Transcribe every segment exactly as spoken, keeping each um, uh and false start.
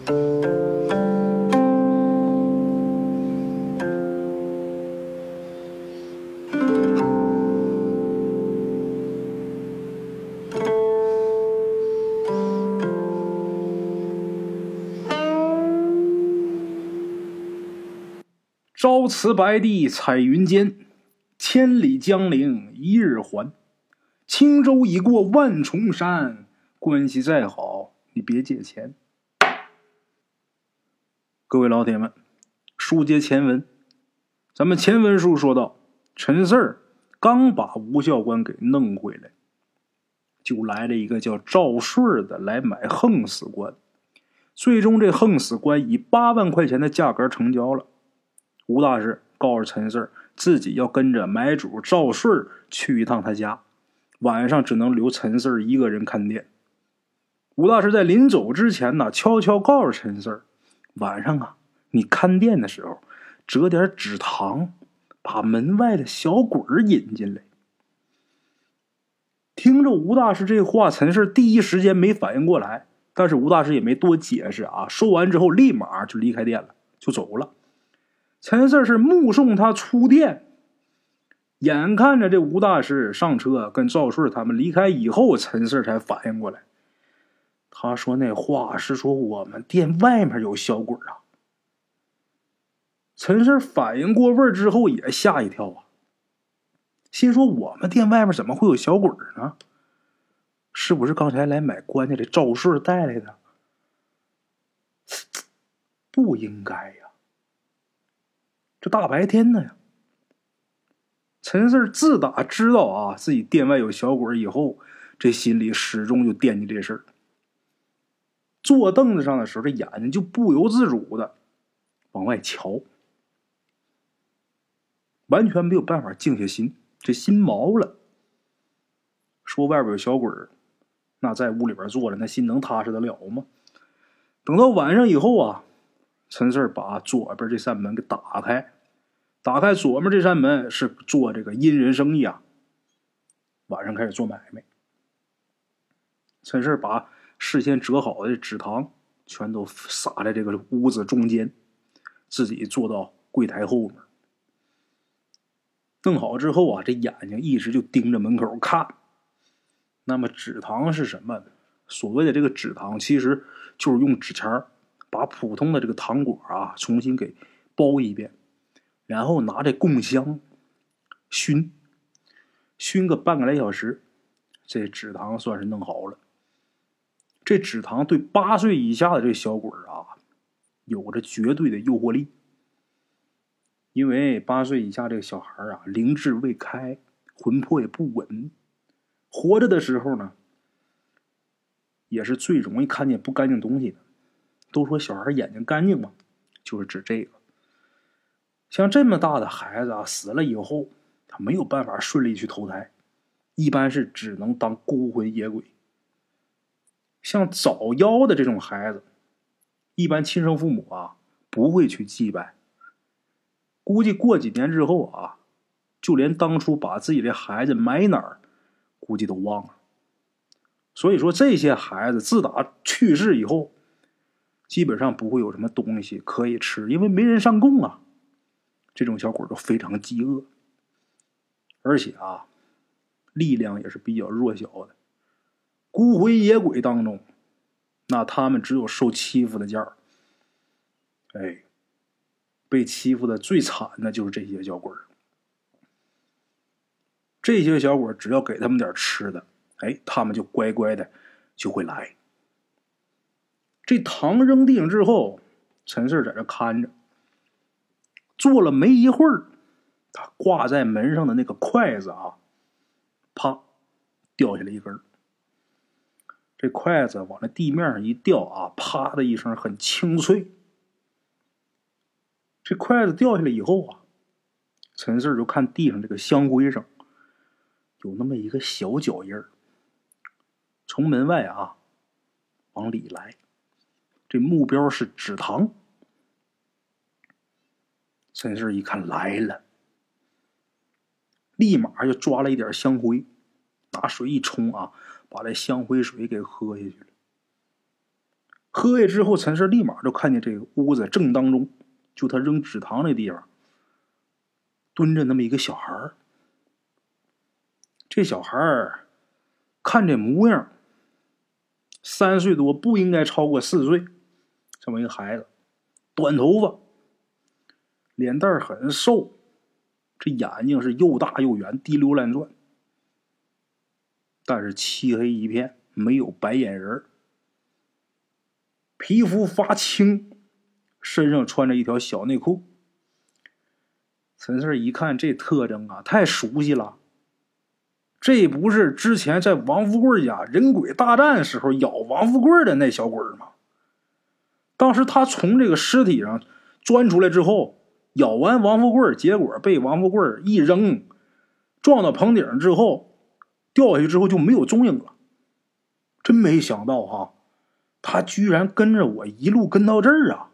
朝辞白帝彩云间，千里江陵一日还。轻舟已过万重山，关系再好你别借钱。各位老铁们，书接前文，咱们前文书说到，陈四儿刚把吴教官给弄回来，就来了一个叫赵顺的来买横死官。最终这横死官以八万块钱的价格成交了。吴大师告诉陈四儿，自己要跟着买主赵顺去一趟他家，晚上只能留陈四儿一个人看店。吴大师在临走之前呢，悄悄告诉陈四儿，晚上啊，你看店的时候折点纸糖，把门外的小鬼引进来。听着吴大师这话，陈四儿第一时间没反应过来，但是吴大师也没多解释啊，说完之后立马就离开店了，就走了。陈四是目送他出店，眼看着这吴大师上车跟赵顺他们离开以后，陈四才反应过来，他说那话是说我们店外面有小鬼啊。陈四反应过味儿之后也吓一跳啊，心说我们店外面怎么会有小鬼呢？是不是刚才来买棺材的赵顺带来的？不应该呀，这大白天的呀。陈四自打知道啊自己店外有小鬼以后，这心里始终就惦记这事儿。坐凳子上的时候，这眼睛就不由自主的往外瞧，完全没有办法静下心，这心毛了。说外边有小鬼，那在屋里边坐着，那心能踏实得了吗？等到晚上以后啊，陈四把左边这扇门给打开，打开左面这扇门是做这个阴人生意啊，晚上开始做买卖。陈四把事先折好的纸糖全都撒在这个屋子中间，自己坐到柜台后面。弄好之后啊，这眼睛一直就盯着门口看。那么纸糖是什么？所谓的这个纸糖其实就是用纸钱把普通的这个糖果啊重新给包一遍，然后拿这供香熏熏个半个来小时，这纸糖算是弄好了。这纸糖对八岁以下的这小鬼啊有着绝对的诱惑力，因为八岁以下这个小孩啊灵智未开，魂魄也不稳，活着的时候呢也是最容易看见不干净东西的。都说小孩眼睛干净嘛，就是指这个。像这么大的孩子啊，死了以后他没有办法顺利去投胎，一般是只能当孤魂野鬼。像早夭的这种孩子，一般亲生父母啊不会去祭拜，估计过几年之后啊，就连当初把自己的孩子埋哪儿估计都忘了。所以说这些孩子自打去世以后，基本上不会有什么东西可以吃，因为没人上供啊。这种小鬼都非常饥饿，而且啊力量也是比较弱小的。孤魂野鬼当中，那他们只有受欺负的劲儿。哎，被欺负的最惨的就是这些小鬼。这些小鬼只要给他们点吃的，哎，他们就乖乖的就会来。这糖扔地上之后，陈四在这看着，坐了没一会儿，他挂在门上的那个筷子啊，啪掉下来一根。这筷子往那地面上一掉啊，啪的一声很清脆。这筷子掉下来以后啊，陈四就看地上这个香灰上有那么一个小脚印儿，从门外啊往里来，这目标是纸糖。陈四一看来了，立马就抓了一点香灰，拿水一冲啊，把这香灰水给喝下去了。 喝下之后，陈氏立马就看见这个屋子正当中，就他扔纸糖那地方，蹲着那么一个小孩儿。这小孩儿看这模样，三岁多，不应该超过四岁。这么一个孩子，短头发，脸蛋很瘦，这眼睛是又大又圆，滴溜乱转，但是漆黑一片，没有白眼仁，皮肤发青，身上穿着一条小内裤。陈四一看这特征啊，太熟悉了，这不是之前在王富贵家人鬼大战时候咬王富贵的那小鬼吗？当时他从这个尸体上钻出来之后，咬完王富贵，结果被王富贵一扔，撞到棚顶之后掉下去之后就没有踪影了。真没想到哈，他居然跟着我一路跟到这儿啊！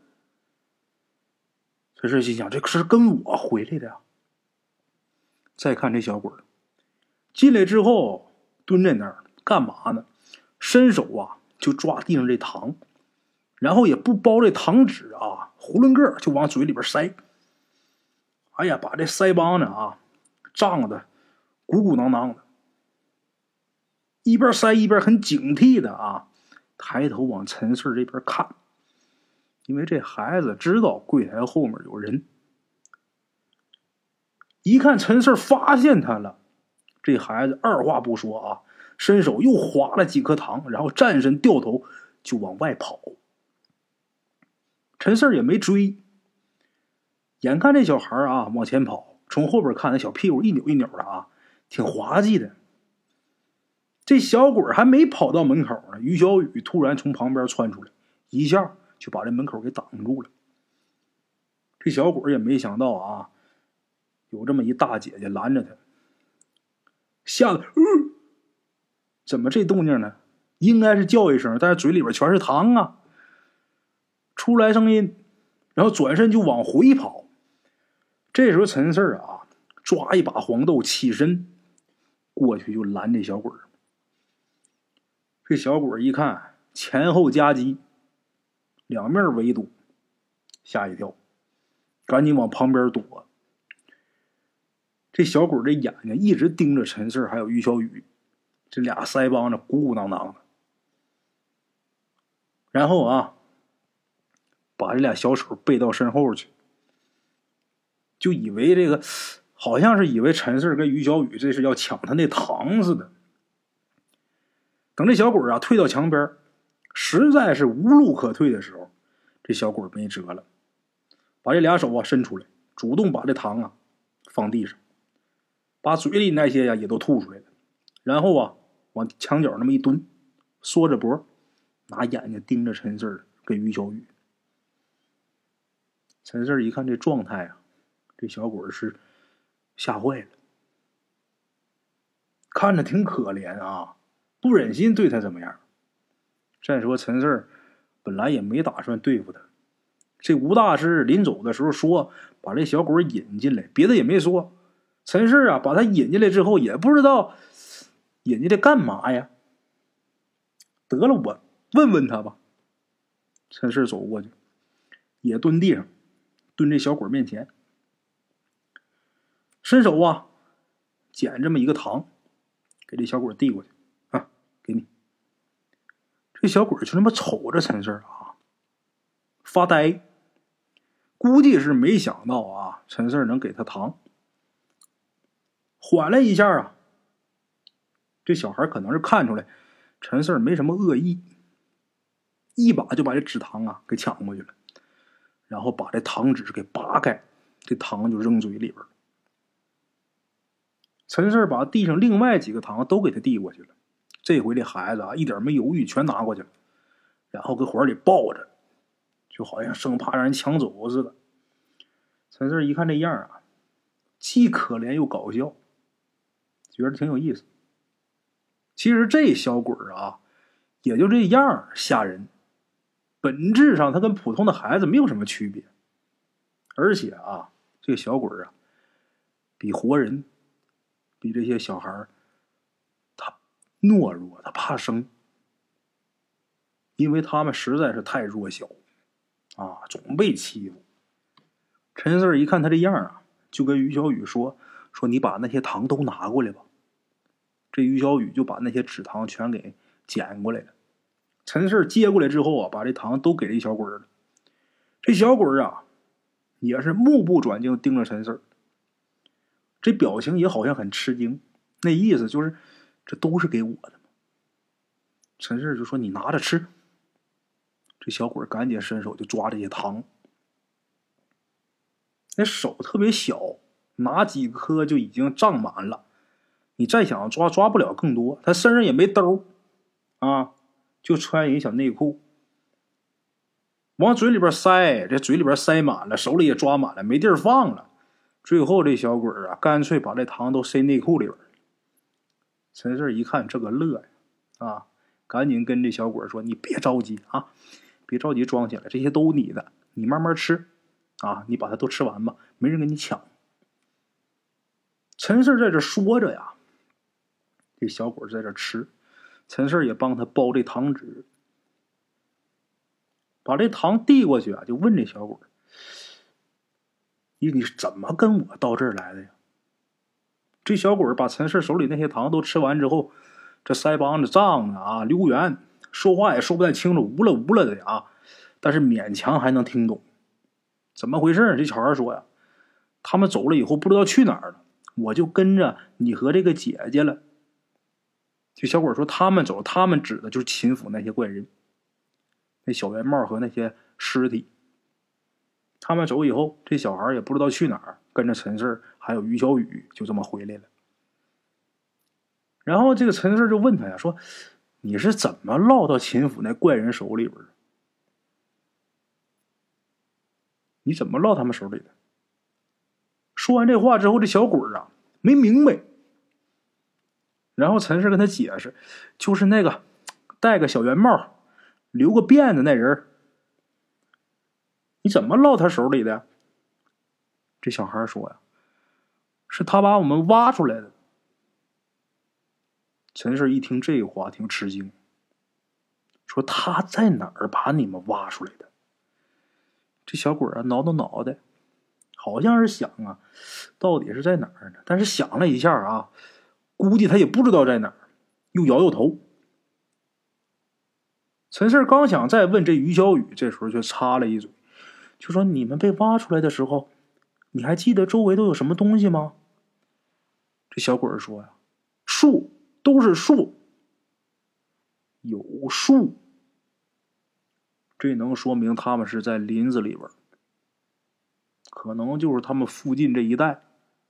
这是心想，这是跟我回来的呀。再看这小鬼进来之后蹲在那儿干嘛呢？伸手啊就抓地上这糖，然后也不包这糖纸啊，囫囵个就往嘴里边塞。哎呀，把这腮帮子啊胀得鼓鼓囊囊的，一边塞一边很警惕的啊，抬头往陈四这边看，因为这孩子知道柜台后面有人。一看陈四发现他了，这孩子二话不说啊，伸手又划了几颗糖，然后站身掉头就往外跑。陈四也没追，眼看这小孩啊往前跑，从后边看那小屁股一扭一扭的啊，挺滑稽的。这小鬼还没跑到门口呢，于小雨突然从旁边窜出来，一下就把这门口给挡住了。这小鬼也没想到啊，有这么一大姐姐拦着他，吓得、呃、怎么这动静呢？应该是叫一声，但是嘴里边全是糖啊，出来声音，然后转身就往回跑。这时候陈四啊抓一把黄豆起身过去就拦这小鬼。这小鬼一看前后夹击，两面围堵，吓一跳，赶紧往旁边躲。这小鬼这眼睛一直盯着陈四还有于小雨，这俩腮帮子鼓鼓囊囊的，然后啊把这俩小手背到身后去，就以为这个好像是以为陈四跟于小雨这是要抢他那糖似的。等这小鬼啊退到墙边，实在是无路可退的时候，这小鬼没辙了，把这俩手啊伸出来，主动把这糖啊放地上，把嘴里那些呀也都吐出来了，然后啊往墙角那么一蹲，缩着脖，拿眼睛盯着陈四跟于小雨。陈四一看这状态啊，这小鬼是吓坏了，看着挺可怜啊，不忍心对他怎么样。再说陈四本来也没打算对付他，这吴大师临走的时候说把这小鬼引进来，别的也没说。陈四啊把他引进来之后也不知道引进来干嘛呀，得了，我问问他吧。陈四走过去也蹲地上，蹲这小鬼面前，伸手啊捡这么一个糖给这小鬼递过去，啊，给你。这小鬼就那么瞅着陈四啊发呆，估计是没想到啊陈四能给他糖。缓了一下啊，这小孩可能是看出来陈四没什么恶意，一把就把这纸糖啊给抢过去了，然后把这糖纸给扒开，这糖就扔嘴里边了。陈四把地上另外几个糖都给他递过去了，这回这孩子啊一点没犹豫，全拿过去了，然后搁怀里抱着，就好像生怕让人抢走似的。陈四一看这样啊，既可怜又搞笑，觉得挺有意思。其实这小鬼啊也就这样吓人，本质上他跟普通的孩子没有什么区别。而且啊这个小鬼啊比活人，比这些小孩他懦弱，他怕生。 因为他们实在是太弱小啊，总被欺负。陈四一看他这样啊，就跟于小雨说说你把那些糖都拿过来吧。这于小雨就把那些纸糖全给捡过来了。陈四接过来之后啊，把这糖都给这小鬼了。这小鬼啊，也是目不转睛盯着陈四，这表情也好像很吃惊，那意思就是这都是给我的。陈四就说你拿着吃。这小鬼赶紧伸手就抓这些糖，那手特别小，拿几颗就已经胀满了，你再想抓抓不了更多。他身上也没兜啊，就穿一小内裤，往嘴里边塞，这嘴里边塞满了，手里也抓满了，没地儿放了。最后这小鬼啊，干脆把这糖都塞内裤里边。陈四一看这个乐呀，啊，赶紧跟这小鬼说：“你别着急啊，别着急装起来，这些都你的，你慢慢吃啊，你把它都吃完吧，没人跟你抢。”陈四在这说着呀，这小鬼在这吃，陈四也帮他包这糖纸，把这糖递过去啊，就问这小鬼：“你你怎么跟我到这儿来的呀？”这小鬼把陈四手里那些糖都吃完之后，这腮帮子胀啊，溜圆，说话也说不太清楚，呜了呜了的啊，但是勉强还能听懂。怎么回事？这小孩说呀，他们走了以后不知道去哪儿了，我就跟着你和这个姐姐了。这小鬼说他们走，他们指的就是秦府那些怪人，那小圆帽和那些尸体。他们走以后，这小孩也不知道去哪儿，跟着陈四还有于小雨就这么回来了。然后这个陈四就问他呀，说你是怎么落到秦府那怪人手里边的？你怎么落他们手里的？说完这话之后，这小鬼啊没明白。然后陈四跟他解释，就是那个戴个小圆帽留个辫子那人，你怎么落他手里的？这小孩说呀，是他把我们挖出来的。陈四一听这话挺吃惊，说他在哪儿把你们挖出来的？这小鬼啊挠挠脑袋，好像是想啊，到底是在哪儿呢？但是想了一下啊，估计他也不知道在哪儿，又摇摇头。陈四刚想再问这于小雨，这时候却插了一嘴，就说你们被挖出来的时候，你还记得周围都有什么东西吗？这小鬼说呀，树，都是树，有树。这能说明他们是在林子里边，可能就是他们附近这一带。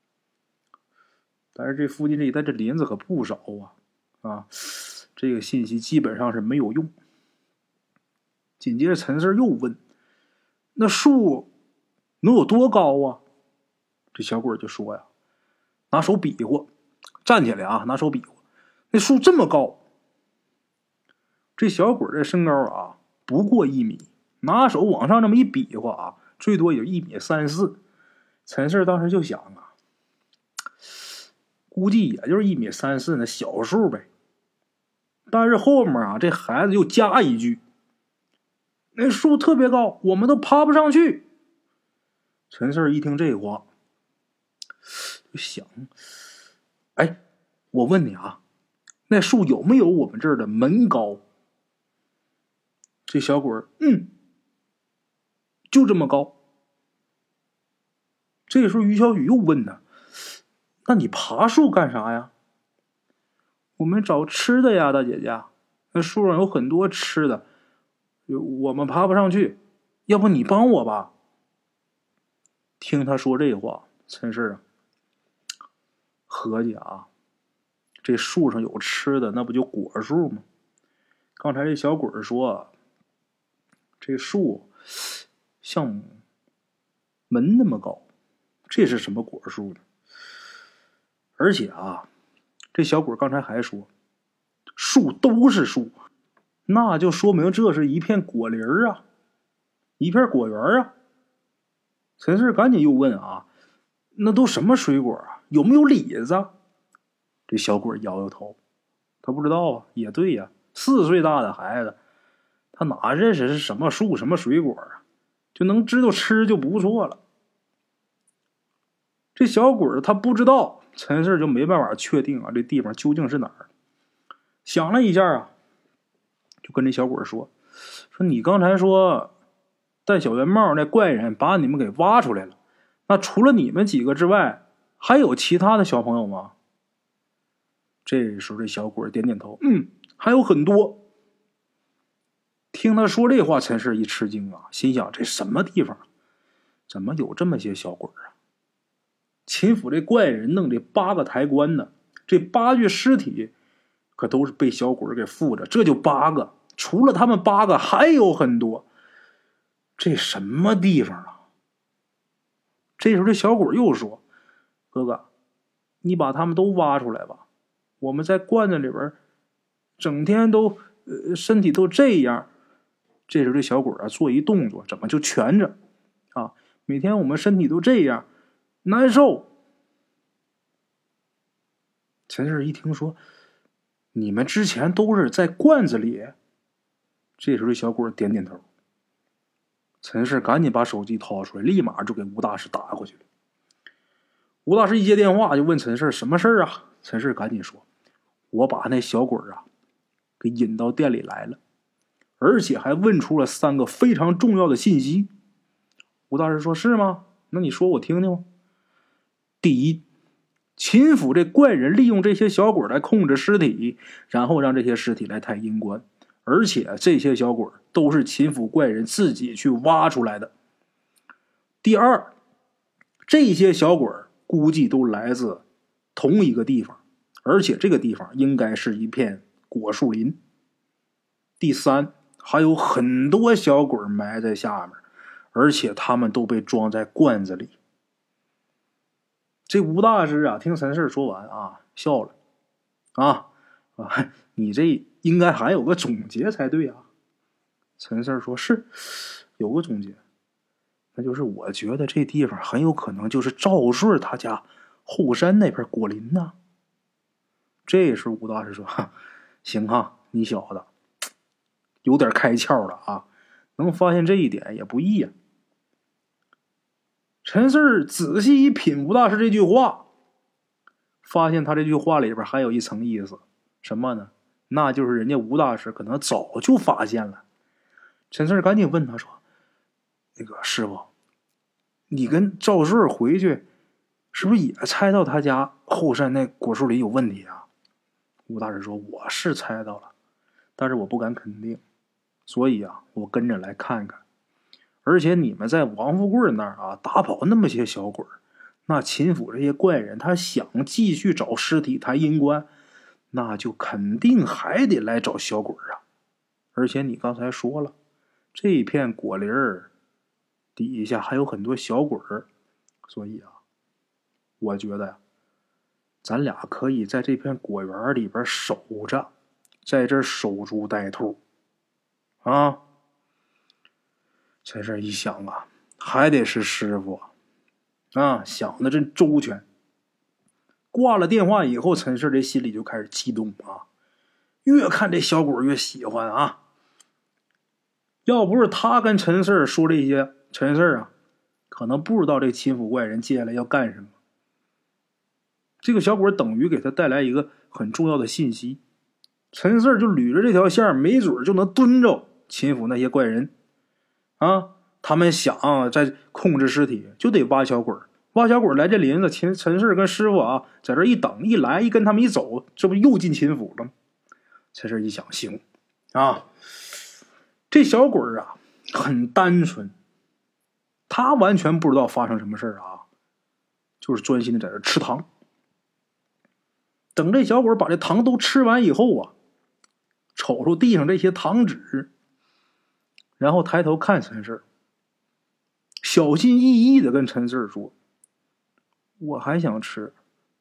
但是这附近这一带这林子可不少啊，啊，这个信息基本上是没有用。紧接着陈四又问，那树能有多高啊？这小鬼就说呀，拿手比划，站起来啊，拿手比划，那树这么高。这小鬼这身高啊不过一米，拿手往上这么一比划啊，最多有一米三四。陈四当时就想啊，估计也就是一米三四那小数呗。但是后面啊，这孩子又加一句，那树特别高，我们都爬不上去。陈四一听这话，就想，哎，我问你啊，那树有没有我们这儿的门高？这小鬼儿，嗯，就这么高。这个时候于小雨又问他，那你爬树干啥呀？我们找吃的呀，大姐姐，那树上有很多吃的，我们爬不上去，要不你帮我吧。听他说这话，陈氏啊合计啊，这树上有吃的，那不就果树吗？刚才这小鬼说，这树像门那么高，这是什么果树呢？而且啊，这小鬼刚才还说，树都是树，那就说明这是一片果林啊，一片果园啊。陈氏赶紧又问啊，那都什么水果啊？有没有李子？这小鬼摇摇头，他不知道啊。也对呀、啊，四岁大的孩子，他他哪认识是什么树什么水果啊，就能知道吃就不错了。这小鬼他不知道，陈氏就没办法确定啊这地方究竟是哪儿。想了一下啊，就跟这小鬼说说你刚才说戴小圆帽那怪人把你们给挖出来了，那除了你们几个之外还有其他的小朋友吗？这时候这小鬼点点头，嗯，还有很多。听他说这话，陈氏一吃惊啊，心想这什么地方，怎么有这么些小鬼啊？秦府这怪人弄这八个抬棺呢，这八具尸体可都是被小鬼给附着，这就八个，除了他们八个还有很多。这什么地方啊？这时候这小鬼又说，哥哥，你把他们都挖出来吧，我们在罐子里边整天都、呃、身体都这样。这时候这小鬼啊做一动作，怎么就蜷着啊？每天我们身体都这样难受。陈氏一听说你们之前都是在罐子里，这时候这小鬼点点头。陈氏赶紧把手机掏出来，立马就给吴大师打过去了。吴大师一接电话就问陈氏什么事儿啊？陈氏赶紧说，我把那小鬼啊给引到店里来了，而且还问出了三个非常重要的信息。吴大师说，是吗？那你说我听听。第一，秦府这怪人利用这些小鬼来控制尸体，然后让这些尸体来抬阴棺，而且这些小鬼都是秦府怪人自己去挖出来的。第二，这些小鬼估计都来自同一个地方，而且这个地方应该是一片果树林。第三，还有很多小鬼埋在下面，而且他们都被装在罐子里。这吴大师啊，听陈氏说完啊，笑了啊啊，你这应该还有个总结才对啊。陈氏说，是有个总结，那就是我觉得这地方很有可能就是赵顺他家后山那片果林呢。这时候吴大师说，行啊，你小子有点开窍了啊，能发现这一点也不易呀、啊。陈氏仔细一品吴大师这句话，发现他这句话里边还有一层意思，什么呢？那就是人家吴大师可能早就发现了。陈氏赶紧问他说，那个师傅，你跟赵顺回去是不是也猜到他家后山那果树林有问题啊？吴大师说，我是猜到了，但是我不敢肯定，所以啊，我跟着来看看。而且你们在王富贵那儿啊打跑那么些小鬼，那秦府这些怪人他想继续找尸体抬阴棺，那就肯定还得来找小鬼啊。而且你刚才说了，这片果林儿底下还有很多小鬼儿，所以啊，我觉得呀，咱俩可以在这片果园里边守着，在这儿守株待兔啊。陈氏一想啊，还得是师傅啊，想的真周全。挂了电话以后，陈氏这心里就开始激动啊，越看这小鬼越喜欢啊。要不是他跟陈氏说这些，陈氏啊可能不知道这秦府怪人接下来要干什么。这个小鬼等于给他带来一个很重要的信息，陈氏就捋着这条线，没准就能蹲着秦府那些怪人啊。他们想在控制尸体，就得挖小鬼，挖小鬼来这林子，秦陈氏跟师傅啊在这一等，一来一跟他们一走，这不又进秦府了吗？陈氏一想，行啊，这小鬼啊很单纯，他完全不知道发生什么事啊，就是专心的在这吃糖。等这小鬼把这糖都吃完以后啊，瞅瞅地上这些糖纸，然后抬头看陈氏，小心翼翼的跟陈氏说，我还想吃。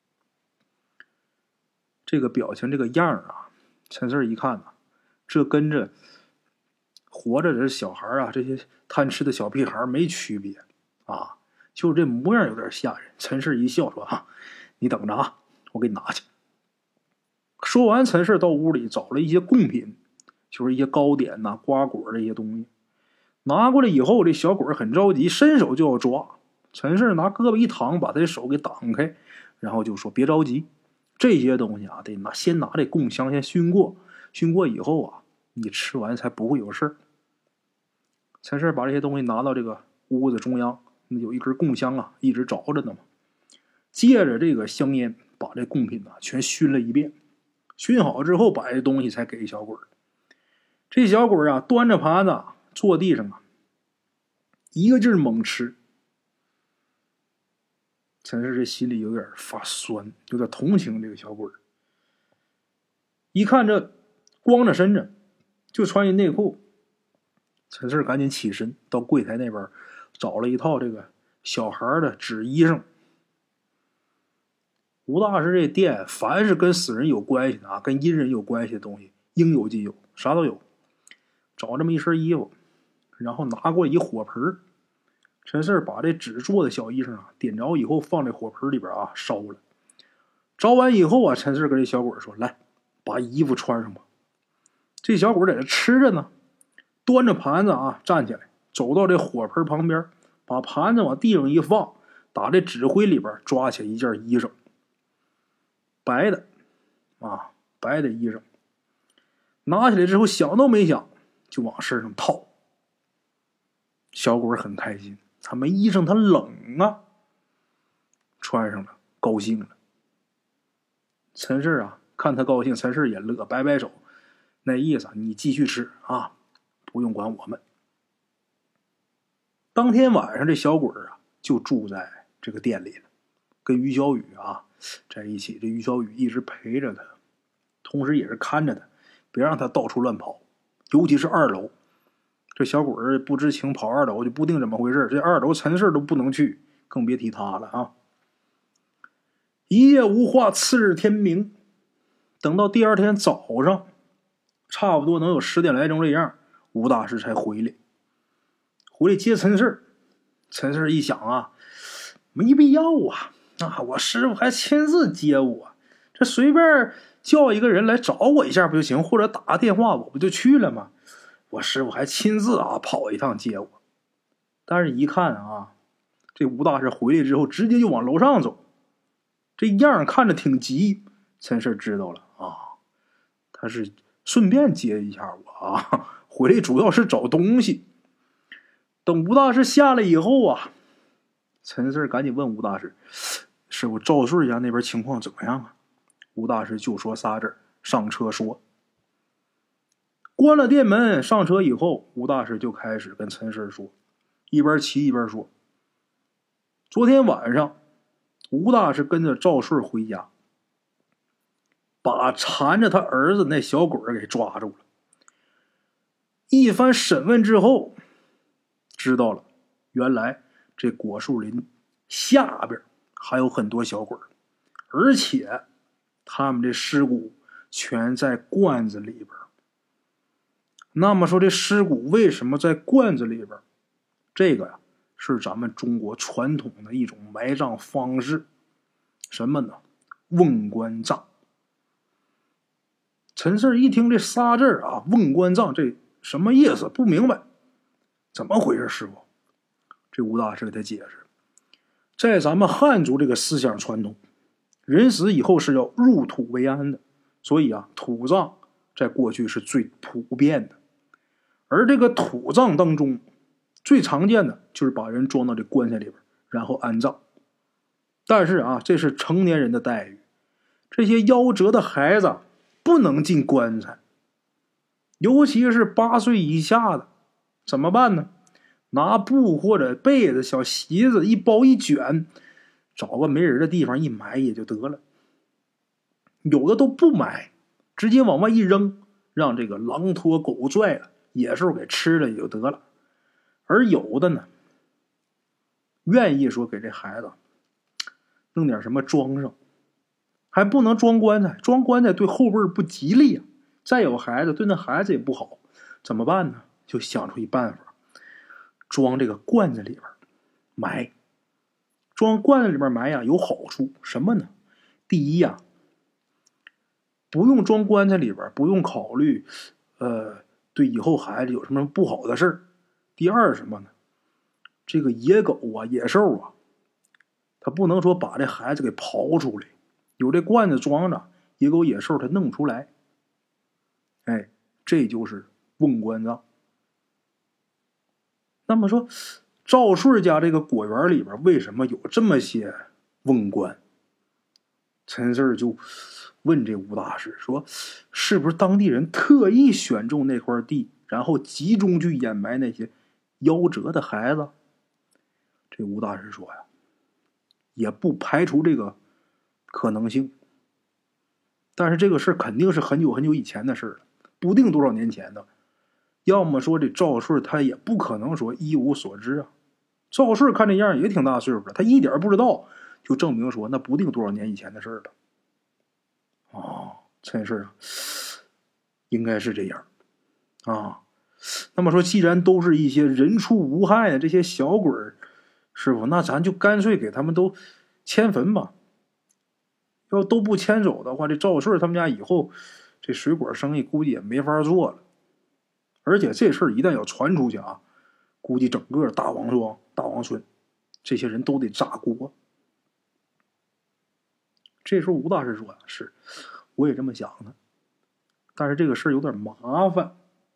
这个表情这个样啊，陈氏一看啊，这跟着活着的小孩啊，这些贪吃的小屁孩没区别啊，就这模样有点吓人。陈氏一笑说，啊，你等着啊，我给你拿去。说完，陈氏到屋里找了一些贡品， 就是一些糕点呐、瓜果这些东西。拿过来以后，这小鬼很着急，伸手就要抓。陈氏拿胳膊一挡，把他的手给挡开，然后就说：“别着急，这些东西啊，得拿先拿这供香先熏过，熏过以后啊，你吃完才不会有事儿。”陈氏把这些东西拿到这个屋子中央，那有一根供香啊，一直着着呢嘛。借着这个香烟，把这贡品啊全熏了一遍。熏好之后，把这东西才给小鬼。这小鬼啊，端着盘子坐地上啊，一个劲儿猛吃。陈氏这心里有点发酸，有点同情这个小鬼。一看这光着身子，就穿一内裤，陈氏赶紧起身到柜台那边找了一套这个小孩的纸衣裳。吴大师这店，凡是跟死人有关系的啊，跟阴人有关系的东西，应有尽有，啥都有。找这么一身衣服，然后拿过一火盆，陈氏把这纸做的小衣裳啊点着以后，放在火盆里边啊烧了。烧完以后啊，陈氏跟这小鬼说：“来，把衣服穿上吧。”这小鬼在这吃着呢，端着盘子啊站起来，走到这火盆旁边，把盘子往地上一放，打这纸灰里边抓起一件衣裳，白的啊，白的衣裳，拿起来之后想都没想就往身上套。小鬼很开心，他没衣裳他冷啊，穿上了高兴了。陈氏啊看他高兴，陈氏也乐，摆摆手，那意思你继续吃啊，不用管我们。当天晚上这小鬼啊就住在这个店里了，跟于小雨啊在一起。这于小雨一直陪着他，同时也是看着他，别让他到处乱跑，尤其是二楼。这小鬼不知情跑二楼就不定怎么回事，这二楼陈氏都不能去，更别提他了啊。一夜无话，次日天明，等到第二天早上，差不多能有十点来钟这样，吴大师才回来，回来接陈氏。陈氏一想啊，没必要啊，啊，我师傅还亲自接我，这随便叫一个人来找我一下不就行，或者打个电话我不就去了吗？我师傅还亲自啊跑一趟接我。但是一看啊，这吴大师回来之后直接就往楼上走，这样看着挺急。陈氏知道了啊，他是顺便接一下我啊，回来主要是找东西。等吴大师下来以后啊，陈氏赶紧问吴大师：“师傅，赵顺家那边情况怎么样啊？”吴大师就说仨字：“上车说。”关了店门，上车以后，吴大师就开始跟陈氏说，一边骑一边说：“昨天晚上，吴大师跟着赵顺回家，把缠着他儿子那小鬼给抓住了。一番审问之后，知道了，原来这果树林下边还有很多小鬼，而且他们这尸骨全在罐子里边。那么说这尸骨为什么在罐子里边？这个呀，是咱们中国传统的一种埋葬方式。什么呢？瓮棺葬。陈氏一听这仨字啊，瓮棺葬，这什么意思？不明白，怎么回事？师傅，这吴大师给他解释，在咱们汉族这个思想传统，人死以后是要入土为安的，所以啊，土葬在过去是最普遍的。而这个土葬当中，最常见的就是把人装到这棺材里边，然后安葬。但是啊，这是成年人的待遇，这些夭折的孩子不能进棺材，尤其是八岁以下的，怎么办呢？拿布或者被子、小席子一包一卷，找个没人的地方一埋也就得了。有的都不埋，直接往外一扔，让这个狼拖狗拽了，野兽给吃了也就得了。而有的呢，愿意说给这孩子弄点什么装上，还不能装棺材，装棺材对后辈不吉利啊。再有孩子对那孩子也不好，怎么办呢？就想出一办法，装这个罐子里边埋。装罐子里边埋呀有好处，什么呢？第一呀，不用装棺材里边，不用考虑呃，对以后孩子有什么不好的事儿。第二什么呢？这个野狗啊、野兽啊，它不能说把这孩子给刨出来，有这罐子装着，野狗野兽它弄不出来。哎，这就是瓮棺葬。那么说，赵顺家这个果园里边为什么有这么些瓮棺？陈四就问这吴大师说：“是不是当地人特意选中那块地，然后集中去掩埋那些夭折的孩子？”这吴大师说呀，也不排除这个可能性。但是这个事肯定是很久很久以前的事了，不定多少年前的。要么说这赵顺他也不可能说一无所知啊。赵顺看这样也挺大岁数了，他一点不知道，就证明说那不定多少年以前的事了。哦，陈氏啊，应该是这样啊。那么说，既然都是一些人畜无害的这些小鬼儿，师傅，那咱就干脆给他们都迁坟吧。要都不迁走的话，这赵顺他们家以后这水果生意估计也没法做了。而且这事儿一旦要传出去啊，估计整个大王庄、大王村这些人都得炸锅。这时候吴大师说呀：“是，我也这么想的，但是这个事儿有点麻烦。”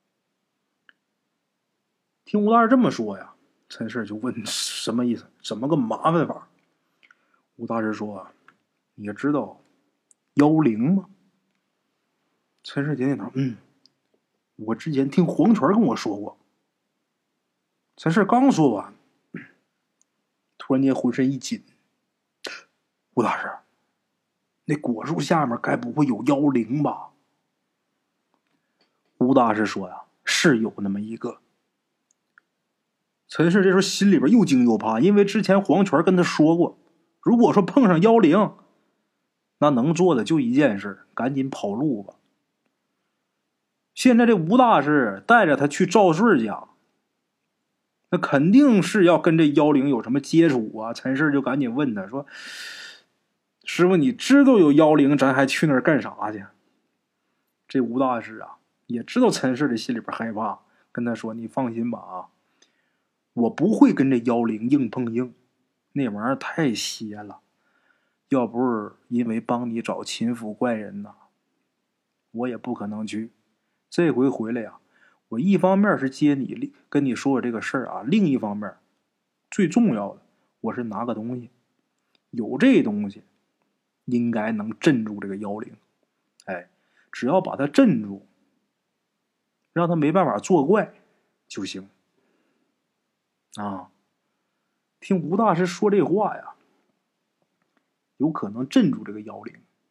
听吴大师这么说呀，陈氏就问什么意思？怎么个麻烦法？吴大师说啊：“你知道妖灵吗？”陈氏点点头，嗯，我之前听黄泉跟我说过。陈氏刚说完，突然间浑身一紧。吴大师，那果树下面该不会有妖灵吧？吴大师说呀，是有那么一个。陈氏这时候心里边又惊又怕，因为之前黄泉跟他说过，如果说碰上妖灵，那能做的就一件事，赶紧跑路吧。现在这吴大师带着他去赵顺家，那肯定是要跟这妖灵有什么接触啊。陈氏就赶紧问他说：“师傅，你知道有妖灵，咱还去那儿干啥去？”这吴大师啊，也知道陈氏的心里边害怕，跟他说：“你放心吧啊，我不会跟这妖灵硬碰硬，那玩意儿太邪了。要不是因为帮你找秦府怪人呐，我也不可能去。这回回来呀，我一方面是接你跟你说说这个事儿啊，另一方面最重要的，我是拿个东西，有这东西应该能镇住这个妖灵。哎，只要把它镇住，让他没办法作怪就行。”啊，听吴大师说这话呀，有可能镇住这个妖灵。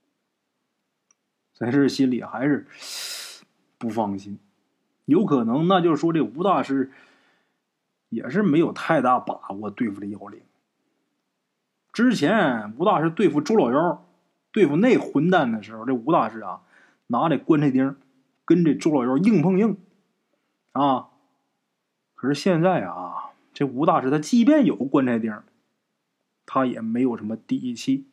咱是心里还是不放心，有可能那就是说这吴大师也是没有太大把握对付这妖灵。之前吴大师对付周老妖，对付那混蛋的时候，这吴大师啊拿这棺材钉跟这周老妖硬碰硬啊。可是现在啊，这吴大师他即便有棺材钉，他也没有什么底气。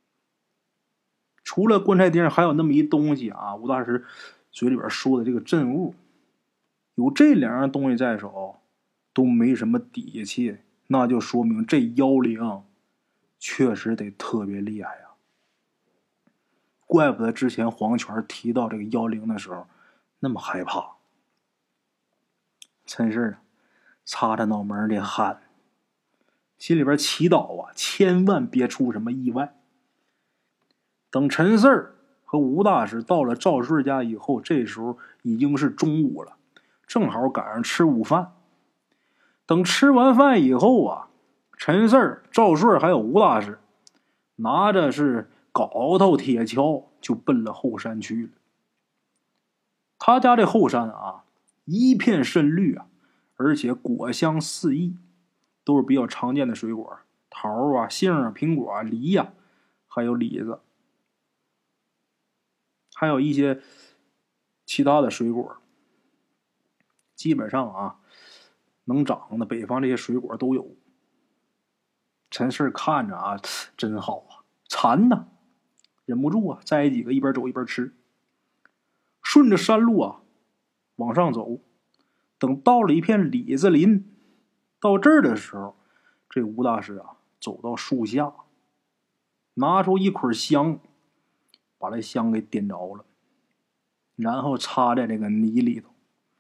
除了棺材钉，还有那么一东西啊，吴大师嘴里边说的这个镇物，有这两样东西在手，都没什么底气，那就说明这妖灵确实得特别厉害呀。怪不得之前黄泉提到这个妖灵的时候那么害怕。陈氏擦着脑门的汗，心里边祈祷啊，千万别出什么意外。等陈四儿和吴大师到了赵顺家以后，这时候已经是中午了，正好赶上吃午饭。等吃完饭以后啊，陈四儿、赵顺还有吴大师拿着是镐头铁锹就奔了后山去了。他家这后山啊，一片深绿啊，而且果香四溢，都是比较常见的水果，桃啊、杏啊、苹果啊、梨呀、啊，还有李子，还有一些其他的水果。基本上啊，能长的北方这些水果都有。陈氏看着啊，真好啊，馋呐，忍不住啊，摘几个一边走一边吃。顺着山路啊， 往上走。等到了一片李子林，到这儿的时候，这吴大师啊走到树下，拿出一捆香，把这香给点着了，然后插在这个泥里头。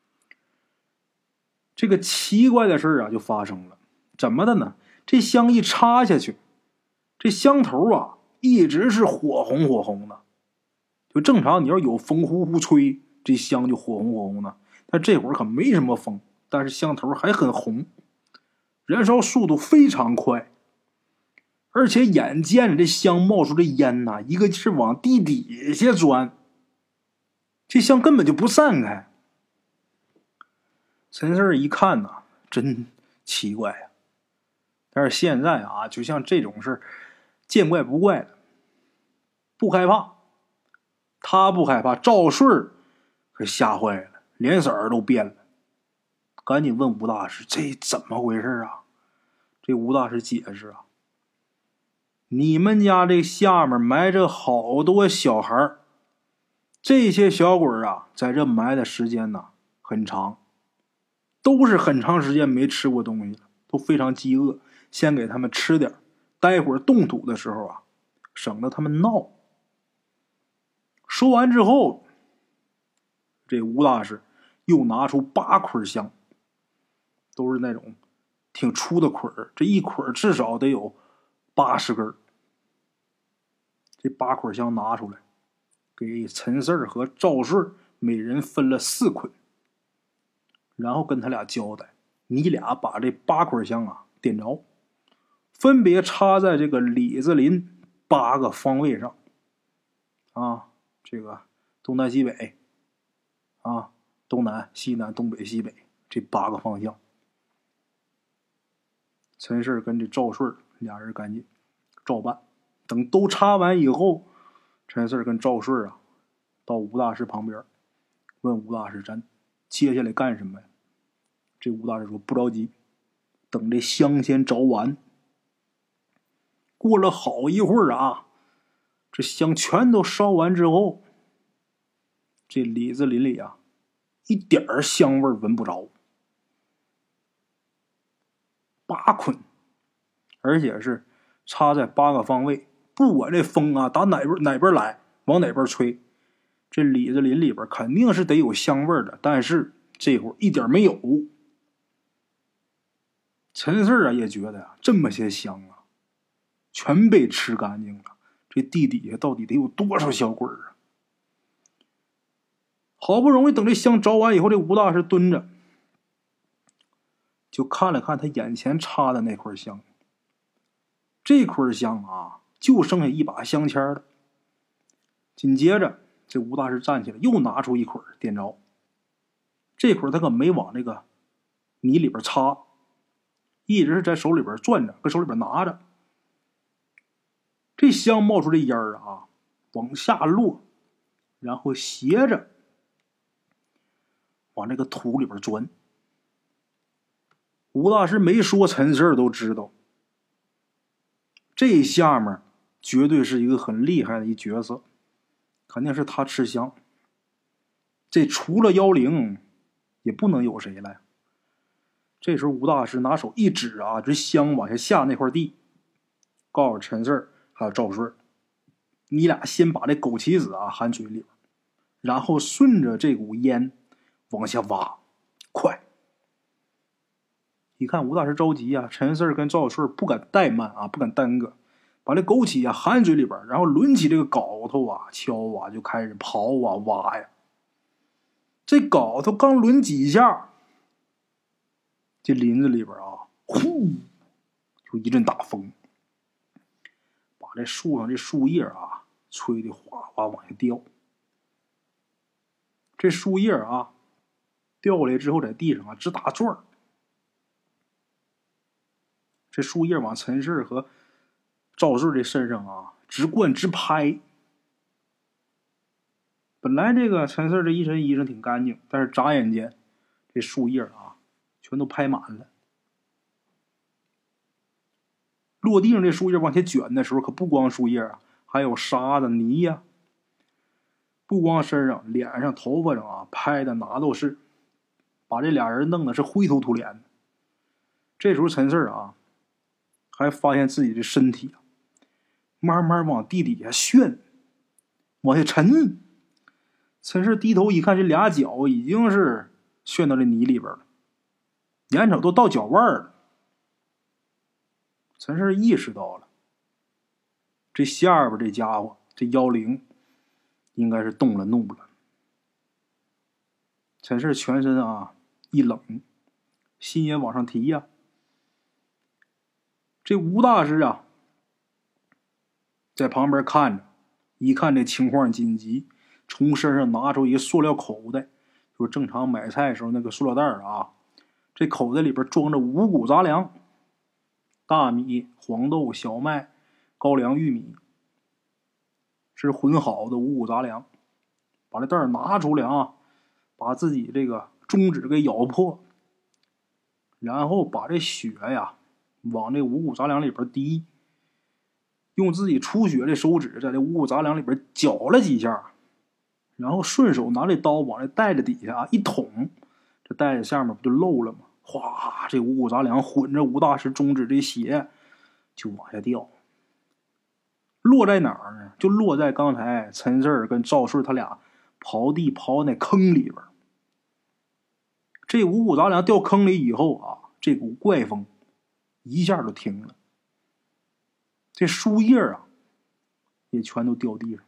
这个奇怪的事啊就发生了，怎么的呢？这香一插下去，这香头啊一直是火红火红的。就正常你要有风呼呼吹，这香就火红火红的，但这会儿可没什么风，但是香头还很红，燃烧速度非常快。而且眼见着这香冒出的烟呐、啊，一个是往地底下钻，这香根本就不散开。陈四一看呐、啊，真奇怪呀、啊！但是现在啊，就像这种事见怪不怪了，不害怕。他不害怕，赵顺可吓坏了，脸色都变了，赶紧问吴大师：“这怎么回事啊？”这吴大师解释啊：“你们家这下面埋着好多小孩，这些小鬼啊，在这埋的时间呢很长，都是很长时间没吃过东西了，都非常饥饿，先给他们吃点，待会儿动土的时候啊，省得他们闹。”说完之后，这吴大师又拿出八捆香，都是那种挺粗的捆儿，这一捆至少得有八十根。这八捆香拿出来，给陈四儿和赵顺每人分了四捆，然后跟他俩交代：你俩把这八捆香啊点着，分别插在这个李子林八个方位上啊。这个东南西北啊，东南西南东北西北这八个方向。陈氏跟这赵顺俩人赶紧照办。等都插完以后，陈氏跟赵顺啊到吴大师旁边，问吴大师：“咱接下来干什么呀？”这吴大师说：“不着急，等这香先着完。”过了好一会儿啊，这香全都烧完之后，这李子林里啊一点儿香味闻不着。八捆，而且是插在八个方位，不管这风啊打哪边哪边来，往哪边吹，这李子林里边肯定是得有香味的，但是这会儿一点没有。陈四啊也觉得啊，这么些香啊全被吃干净了，这地底下到底得有多少小鬼啊？好不容易等这香着完以后，这吴大师蹲着就看了看他眼前插的那捆香，这捆香啊就剩下一把香签了。紧接着这吴大师站起来又拿出一捆点着，这捆他可没往这个泥里边插，一直是在手里边攥着，搁手里边拿着。这香冒出这烟儿啊往下落，然后斜着往这个土里边钻。吴大师没说，陈四都知道，这下面绝对是一个很厉害的一角色，肯定是他吃香。这除了妖灵也不能有谁了。这时候吴大师拿手一指啊，这香往下下那块地，告诉陈四还有赵顺，你俩先把这枸杞子啊含嘴里，然后顺着这股烟往下挖，快！一看吴大师着急啊，陈四跟赵顺不敢怠慢啊，不敢耽搁，把这枸杞啊含嘴里边，然后抡起这个镐头啊敲啊，就开始刨啊挖呀。这镐头刚抡几下，这林子里边啊呼就一阵大风，把这树上这树叶啊吹得哗哗往下掉。这树叶啊掉下来之后，在地上啊直打转儿。这树叶往陈氏和赵顺的身上啊直灌直拍。本来这个陈氏这一身衣裳挺干净，但是眨眼间这树叶啊全都拍满了。落地上这树叶往下卷的时候，可不光树叶啊，还有沙子泥呀、啊，不光身上、脸上、头发上啊拍的哪都是。 把这俩人弄得是灰头土脸的。这时候陈四啊，还发现自己的身体啊，慢慢往地底下旋，往下沉。陈四低头一看，这俩脚已经是旋到这泥里边了，眼瞅都到脚腕了。陈四意识到了，这下边这家伙，这妖灵应该是动了怒了。陈四全身啊一冷，心也往上提呀、啊。这吴大师啊，在旁边看着，一看这情况紧急，从身上拿出一个塑料口袋，就是正常买菜时候那个塑料袋啊。这口袋里边装着五谷杂粮，大米、黄豆、小麦、高粱、玉米，是混好的五谷杂粮。把这袋拿出来啊，把自己这个中指给咬破，然后把这血呀往这五谷杂粮里边滴，用自己出血的手指在这五谷杂粮里边搅了几下，然后顺手拿这刀往这袋子底下一捅，这袋子下面不就漏了吗？哗，这五谷杂粮混着吴大师中指这血就往下掉，落在哪儿呢？就落在刚才陈四跟赵顺他俩刨地刨那坑里边。这五谷杂粮掉坑里以后啊，这股怪风一下就停了，这树叶啊也全都掉地上。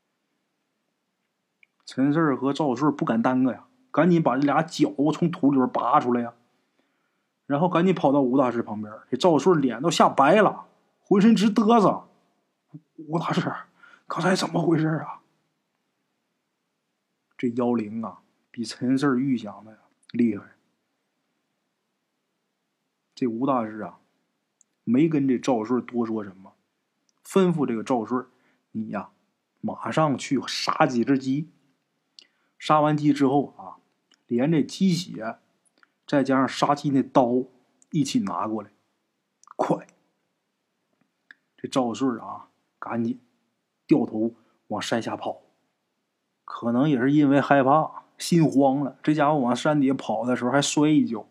陈四和赵顺不敢耽搁呀，赶紧把这俩脚从土里边拔出来呀，然后赶紧跑到吴大师旁边。这赵顺脸都吓白了，浑身直嘚瑟。吴大师，刚才怎么回事啊？这妖灵啊，比陈四预想的厉害。这吴大师啊，没跟这赵顺多说什么，吩咐这个赵顺，你呀，马上去杀几只鸡。杀完鸡之后啊，连这鸡血，再加上杀鸡那刀一起拿过来，快！这赵顺啊，赶紧掉头往山下跑。可能也是因为害怕，心慌了，这家伙往山底下跑的时候还摔一跤。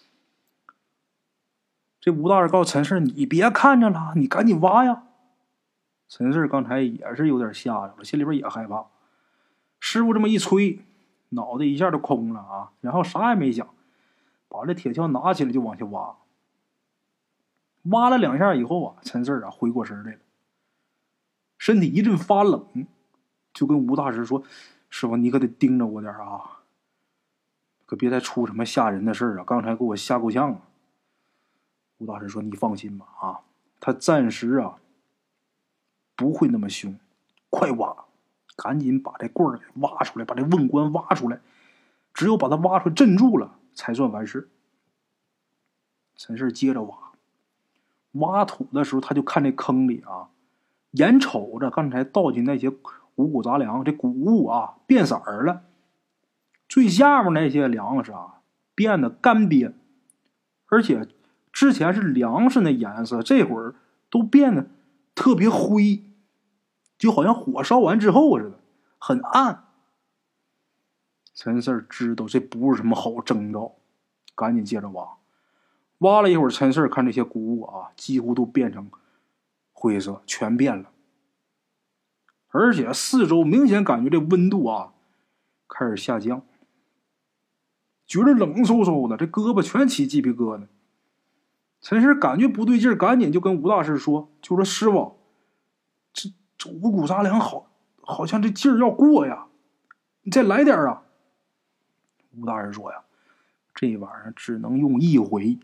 这吴大师告诉陈四，你别看着了，你赶紧挖呀。陈四刚才也是有点吓着了，心里边也害怕。师傅这么一吹，脑袋一下就空了啊，然后啥也没想，把这铁锹拿起来就往下挖。挖了两下以后啊，陈四啊回过神来了，身体一阵发冷，就跟吴大师说，师傅你可得盯着我点啊，可别再出什么吓人的事啊，刚才给我吓够呛啊。吴大师说，你放心吧啊，他暂时啊不会那么凶，快挖，赶紧把这棍儿给挖出来，把这瓮棺挖出来，只有把它挖出来镇住了才算完事。陈氏接着挖，挖土的时候他就看这坑里啊，眼瞅着刚才倒进那些五谷杂粮，这谷物啊变色儿了，最下面那些粮食啊变得干瘪，而且之前是粮食那颜色，这会儿都变得特别灰，就好像火烧完之后似的，很暗。陈四知道这不是什么好征兆，赶紧接着挖。挖了一会儿，陈四看这些谷物啊，几乎都变成灰色，全变了。而且四周明显感觉这温度啊开始下降，觉得冷飕飕的，这胳膊全起鸡皮疙瘩。陈氏感觉不对劲，赶紧就跟吴大师说，就说师傅，这这五谷杂粮好好像这劲儿要过呀，你再来点啊。吴大师说呀，这晚上只能用一回。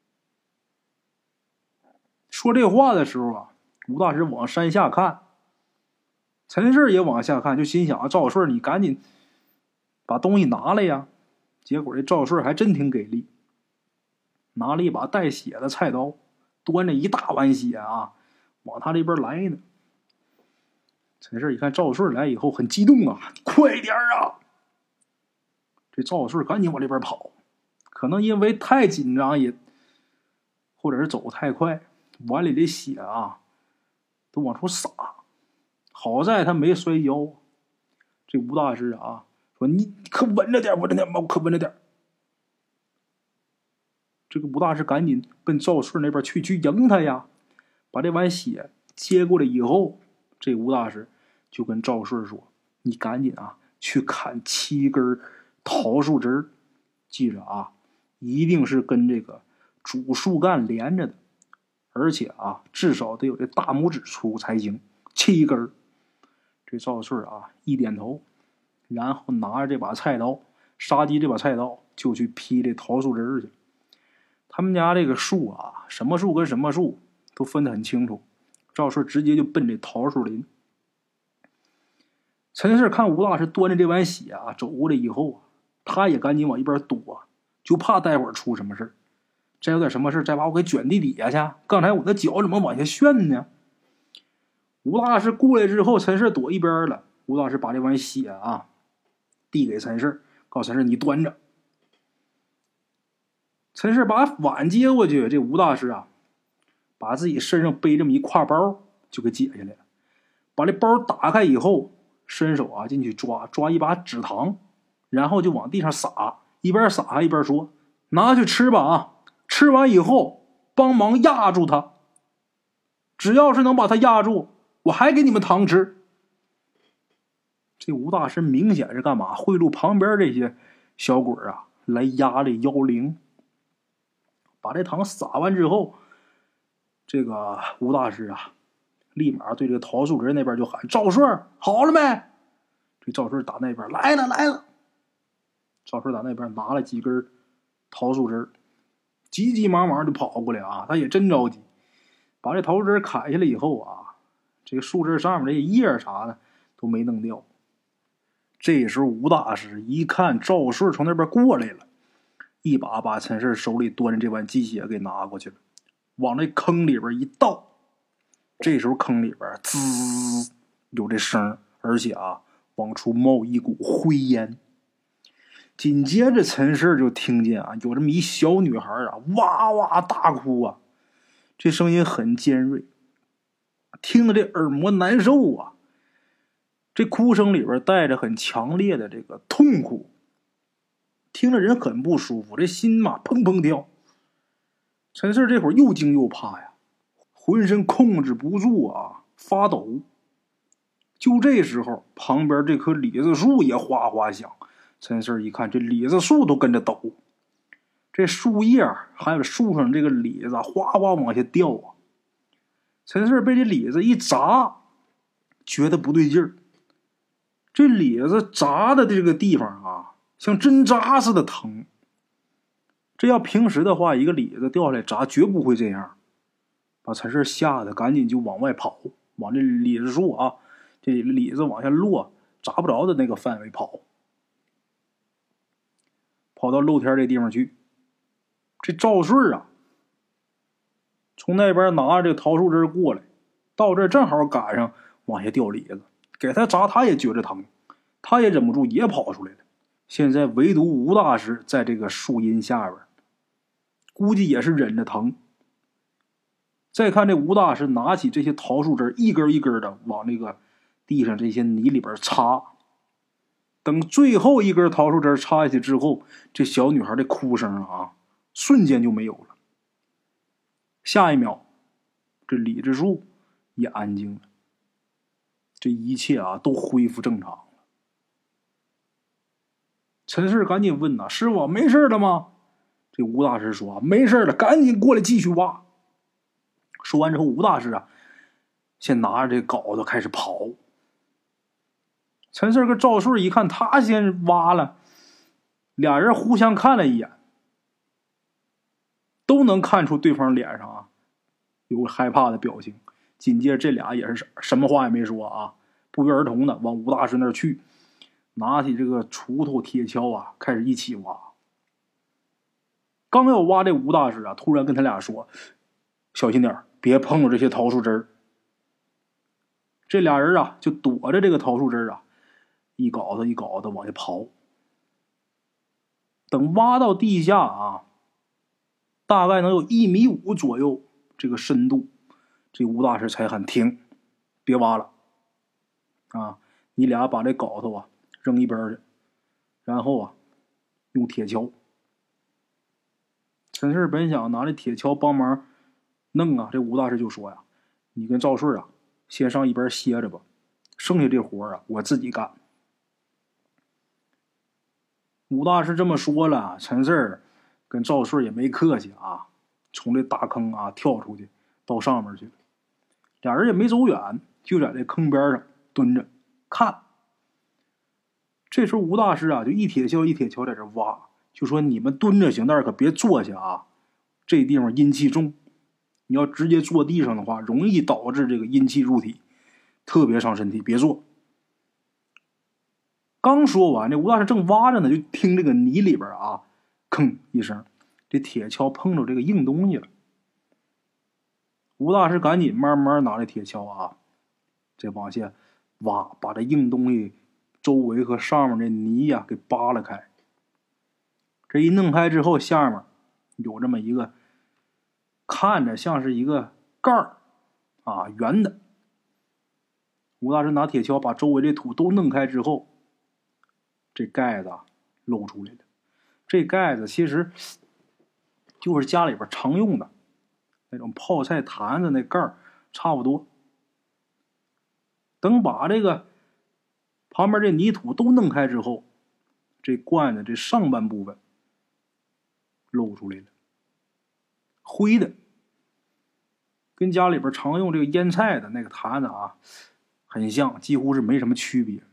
说这话的时候啊，吴大师往山下看，陈氏也往下看，就心想啊，赵顺你赶紧把东西拿来呀。结果这赵顺还真挺给力，拿了一把带血的菜刀，端着一大碗血啊往他这边来呢。陈氏一看赵顺来以后很激动啊，快点啊。这赵顺赶紧往这边跑，可能因为太紧张也或者是走太快，碗里的血啊都往出洒，好在他没摔跤。这吴大师啊说，你可稳着点，稳着点，我可稳着点。 这个吴大师赶紧奔赵顺那边去，去迎他呀。把这碗血接过来以后，这吴大师就跟赵顺说：“你赶紧啊，去砍七根桃树枝儿，记着啊，一定是跟这个主树干连着的，而且啊，至少得有这大拇指粗才行，七根。”这赵顺啊一点头，然后拿着这把菜刀，杀鸡这把菜刀就去劈这桃树枝儿去。他们家这个树啊，什么树跟什么树都分得很清楚。赵顺直接就奔这桃树林。陈氏看吴大师端着这碗血啊走过来以后啊，他也赶紧往一边躲，就怕待会儿出什么事再有点什么事再把我给卷地底下去。刚才我的脚怎么往下旋呢？吴大师过来之后，陈氏躲一边了。吴大师把这碗血啊递给陈氏，告诉陈氏：“你端着。”陈氏把碗接过去，这吴大师啊，把自己身上背这么一挎包就给解下来了。把这包打开以后，伸手啊进去抓抓一把纸糖，然后就往地上撒，一边撒一边说：“拿去吃吧啊！吃完以后帮忙压住它，只要是能把它压住，我还给你们糖吃。”这吴大师明显是干嘛？贿赂旁边这些小鬼啊，来压这妖灵。把这糖撒完之后，这个吴大师啊，立马对这个桃树枝那边就喊：“赵顺，好了没？”这赵顺打那边来了来了。赵顺打那边拿了几根桃树枝，急急忙忙就跑过来啊，他也真着急。把这桃树枝砍下来以后啊，这个树枝上面这些叶啥的都没弄掉。这时候吴大师一看赵顺从那边过来了，一把把陈氏手里端着这碗鸡血给拿过去了，往那坑里边一倒。这时候坑里边滋有这声，而且啊往出冒一股灰烟。紧接着陈氏就听见啊有这么一小女孩啊哇哇大哭啊，这声音很尖锐，听得这耳膜难受啊。这哭声里边带着很强烈的这个痛苦，听着人很不舒服，这心嘛砰砰跳。陈氏这会儿又惊又怕呀，浑身控制不住啊，发抖。就这时候，旁边这棵李子树也哗哗响。陈氏一看，这李子树都跟着抖，这树叶还有树上这个李子哗哗往下掉啊。陈氏被这李子一砸，觉得不对劲儿。这李子砸的这个地方啊，像针扎似的疼。这要平时的话，一个李子掉下来砸绝不会这样。把陈氏吓得赶紧就往外跑，往这李子树啊，这李子往下落砸不着的那个范围跑。跑到露天这地方去。这赵顺啊，从那边拿着这桃树枝过来，到这正好赶上往下掉李子，给他砸他也觉着疼，他也忍不住也跑出来了。现在唯独吴大师在这个树荫下边，估计也是忍着疼。再看这吴大师拿起这些桃树枝一根一根的往那个地上这些泥里边插，等最后一根桃树枝插下去之后，这小女孩的哭声啊瞬间就没有了。下一秒，这李子树也安静了，这一切啊都恢复正常了。陈氏赶紧问呐、啊：“师傅，没事了吗？”这吴大师说：“没事了，赶紧过来继续挖。”说完之后，吴大师啊，先拿着这镐子开始刨。陈氏跟赵顺一看，他先挖了，俩人互相看了一眼，都能看出对方脸上啊有害怕的表情。紧接着这俩也是什么话也没说啊，不约而同的往吴大师那儿去，拿起这个锄头铁锹啊，开始一起挖。刚要挖这吴大师啊，突然跟他俩说：“小心点，别碰着这些桃树枝儿。”这俩人啊就躲着这个桃树枝啊，一镐子一镐子往下刨。等挖到地下啊，大概能有一米五左右这个深度，这吴大师才喊停，别挖了啊！你俩把这镐头啊扔一边去，然后啊用铁锹。 陈氏本想拿这铁锹帮忙弄啊，这吴大师就说呀：“你跟赵顺啊，先上一边歇着吧，剩下这活啊，我自己干。”吴大师这么说了，陈氏跟赵顺也没客气啊，从这大坑啊跳出去，到上面去了。俩人也没走远，就在这坑边上蹲着看。这时候吴大师啊，就一铁锹一铁锹在这挖，就说：“你们蹲着行，但是可别坐下啊，这地方阴气重，你要直接坐地上的话，容易导致这个阴气入体，特别伤身体，别坐。”刚说完，这吴大师正挖着呢，就听这个泥里边啊，吭一声，这铁锹碰着这个硬东西了。吴大师赶紧慢慢拿着铁锹啊，这往下挖，把这硬东西周围和上面这泥呀、啊、给扒拉开。这一弄开之后，下面有这么一个看着像是一个盖儿啊，圆的。吴大师拿铁锹把周围这土都弄开之后，这盖子啊露出来了。这盖子其实就是家里边常用的那种泡菜坛子那盖儿差不多。等把这个旁边这泥土都弄开之后，这罐子这上半部分露出来了，灰的，跟家里边常用这个腌菜的那个坛子啊很像，几乎是没什么区别。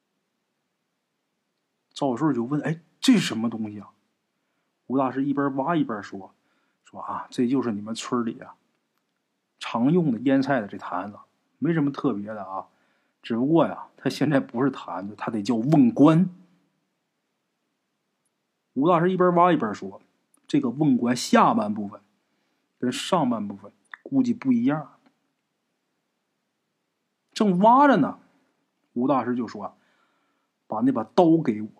赵顺就问：“哎，这是什么东西啊？”吴大师一边挖一边说：“说啊，这就是你们村里啊常用的腌菜的这坛子，没什么特别的啊，只不过呀，它现在不是坛子，它得叫瓮棺。”吴大师一边挖一边说：“这个瓮棺下半部分跟上半部分估计不一样。”正挖着呢，吴大师就说：“把那把刀给我。”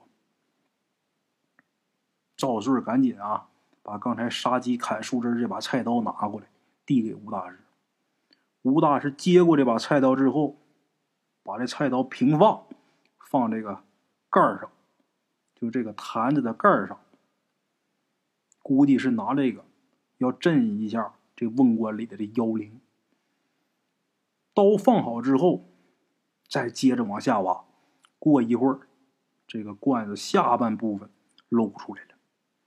赵顺赶紧啊，把刚才杀鸡砍树枝这把菜刀拿过来，递给吴大师。吴大师接过这把菜刀之后，把这菜刀平放，放这个盖上，就这个坛子的盖上。估计是拿这个要镇一下这瓮棺里的这妖灵。刀放好之后，再接着往下挖。过一会儿，这个罐子下半部分露出来了。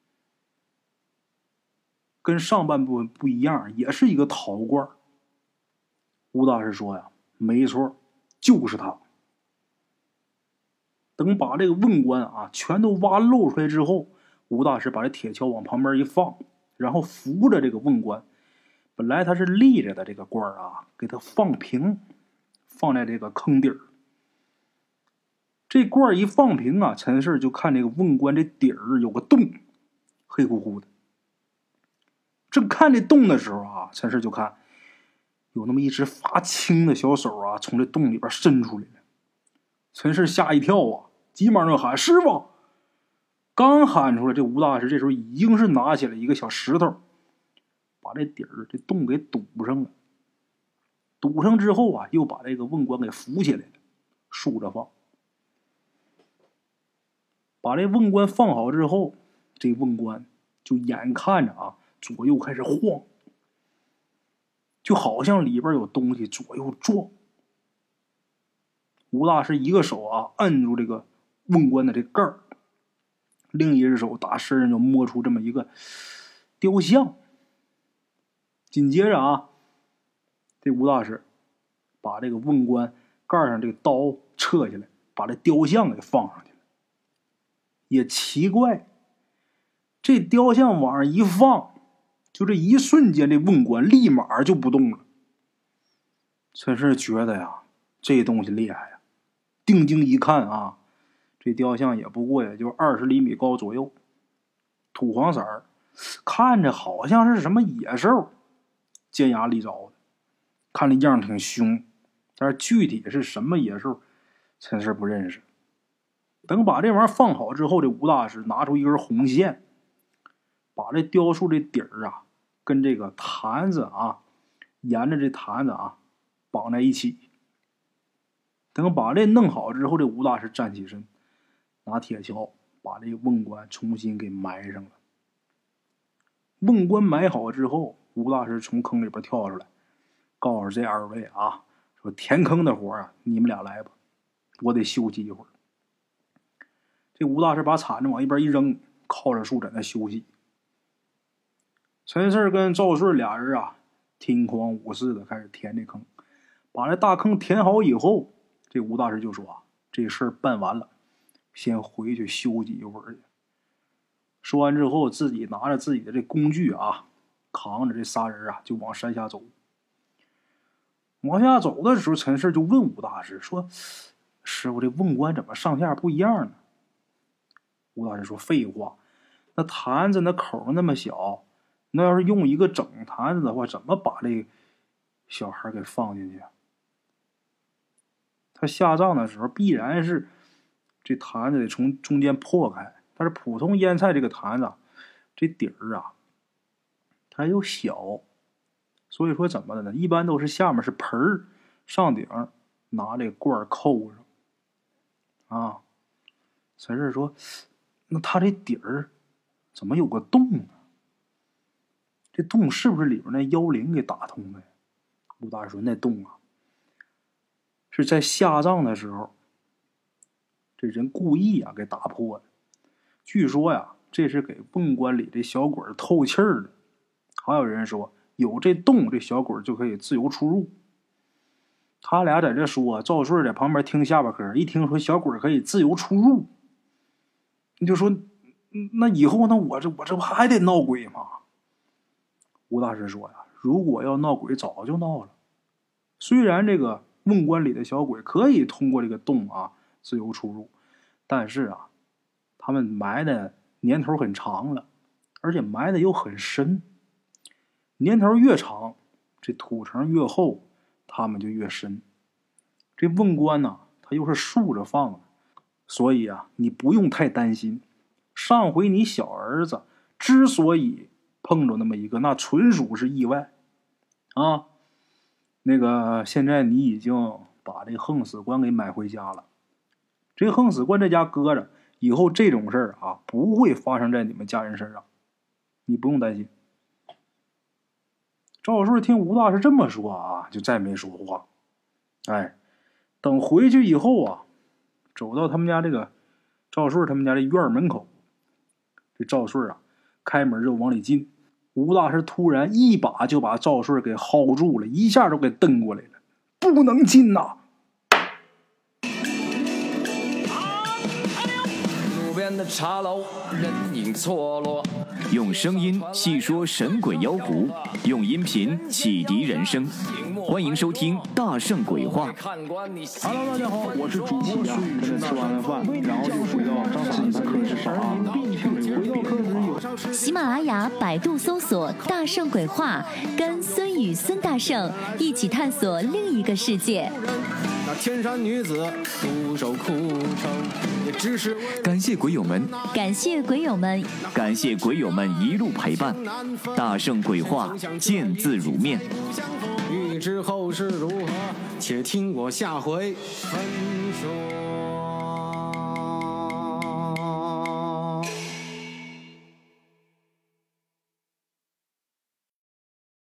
跟上半部分不一样，也是一个陶罐。吴大师说呀：“没错，就是它。”等把这个瓮棺啊全都挖露出来之后，吴大师把这铁锹往旁边一放，然后扶着这个瓮棺，本来它是立着的这个罐啊，给它放平，放在这个坑底儿。这罐一放平啊，陈氏就看这个瓮棺这底儿有个洞，黑乎乎的。正看这洞的时候啊，陈氏就看有那么一只发青的小手啊，从这洞里边伸出来了。陈氏吓一跳啊，急忙就喊：“师傅！”刚喊出来，这吴大师这时候已经是拿起了一个小石头，把这底儿这洞给堵上了。堵上之后啊，又把这个瓮棺给扶起来了，竖着放。把这瓮棺放好之后，这瓮棺就眼看着啊左右开始晃，就好像里边有东西左右撞。吴大师一个手啊按住这个瓮棺的这盖儿，另一只手打身上就摸出这么一个雕像。紧接着啊，这吴大师把这个瓮棺盖上这个刀撤下来，把这雕像给放上去了。也奇怪，这雕像往上一放，就这一瞬间，这瓮棺立马就不动了。陈氏觉得呀，这东西厉害呀！定睛一看啊，这雕像也不过也就二十厘米高左右，土黄色儿，看着好像是什么野兽，尖牙利爪的，看这样挺凶，但是具体是什么野兽，陈氏不认识。等把这玩意儿放好之后，这吴大师拿出一根红线，把这雕塑这底儿啊，跟这个坛子啊，沿着这坛子啊绑在一起。等把这弄好之后，这吴大师站起身，拿铁锹把这瓮棺重新给埋上了。 瓮棺埋好之后，吴大师从坑里边跳出来，告诉这二位啊，说填坑的活啊，你们俩来吧，我得休息一会儿。这吴大师把铲子往一边一扔，靠着树在那休息。陈四跟赵顺俩人啊，听狂舞似的开始填这坑。把这大坑填好以后，这吴大师就说啊，这事儿办完了，先回去休息一会儿去。说完之后，自己拿着自己的这工具啊，扛着这仨人啊，就往山下走。往下走的时候，陈氏就问吴大师说：“师傅，这瓮棺怎么上下不一样呢？”吴大师说：“废话，那坛子那口那么小，那要是用一个整坛子的话，怎么把这小孩给放进去啊？他下葬的时候，必然是这坛子得从中间破开。但是普通腌菜这个坛子，这底儿啊，它又小，所以说怎么的呢？一般都是下面是盆儿，上顶拿这罐扣上。啊，陈氏说，那他这底儿怎么有个洞呢？这洞是不是里边那妖灵给打通的？吴大师说，那洞啊，是在下葬的时候，这人故意啊给打破的。据说呀，这是给瓮棺里这小鬼透气儿的。还有人说，有这洞，这小鬼就可以自由出入。他俩在这说，赵顺在旁边听下巴颏，一听说小鬼可以自由出入，你就说，那以后那我这我这不还得闹鬼吗？吴大师说呀，如果要闹鬼，早就闹了。虽然这个瓮棺里的小鬼可以通过这个洞啊自由出入，但是啊，他们埋的年头很长了，而且埋的又很深。年头越长，这土层越厚，他们就越深。这瓮棺呢，它又是竖着放的，所以啊，你不用太担心。上回你小儿子之所以碰着那么一个，那纯属是意外啊。那个现在你已经把这横死棺给买回家了，这横死棺在家搁着，以后这种事儿啊不会发生在你们家人身上，你不用担心。赵顺听吴大师这么说啊，就再没说话。哎，等回去以后啊，走到他们家这个赵顺他们家这院门口，这赵顺啊开门就往里进，吴大师突然一把就把赵顺给薅住了，一下就给蹬过来了，不能进呐！ 路边的茶楼，人影错落。用声音细说神鬼妖狐，用音频启迪人生。欢迎收听《大圣鬼话》。 Hello， 大家好，我是主播孙宇。吃完了饭，然后就回到自己的课室上啊，并且回到课室有。 喜马拉雅、百度搜索“大圣鬼话”，跟孙宇、孙大圣一起探索另一个世界。 那天山女子独守枯城，也只是感谢鬼友们， 感谢鬼友们， 感谢鬼友们一路陪伴。大圣鬼话，见字如面。欲知后事如何，且听我下回分说。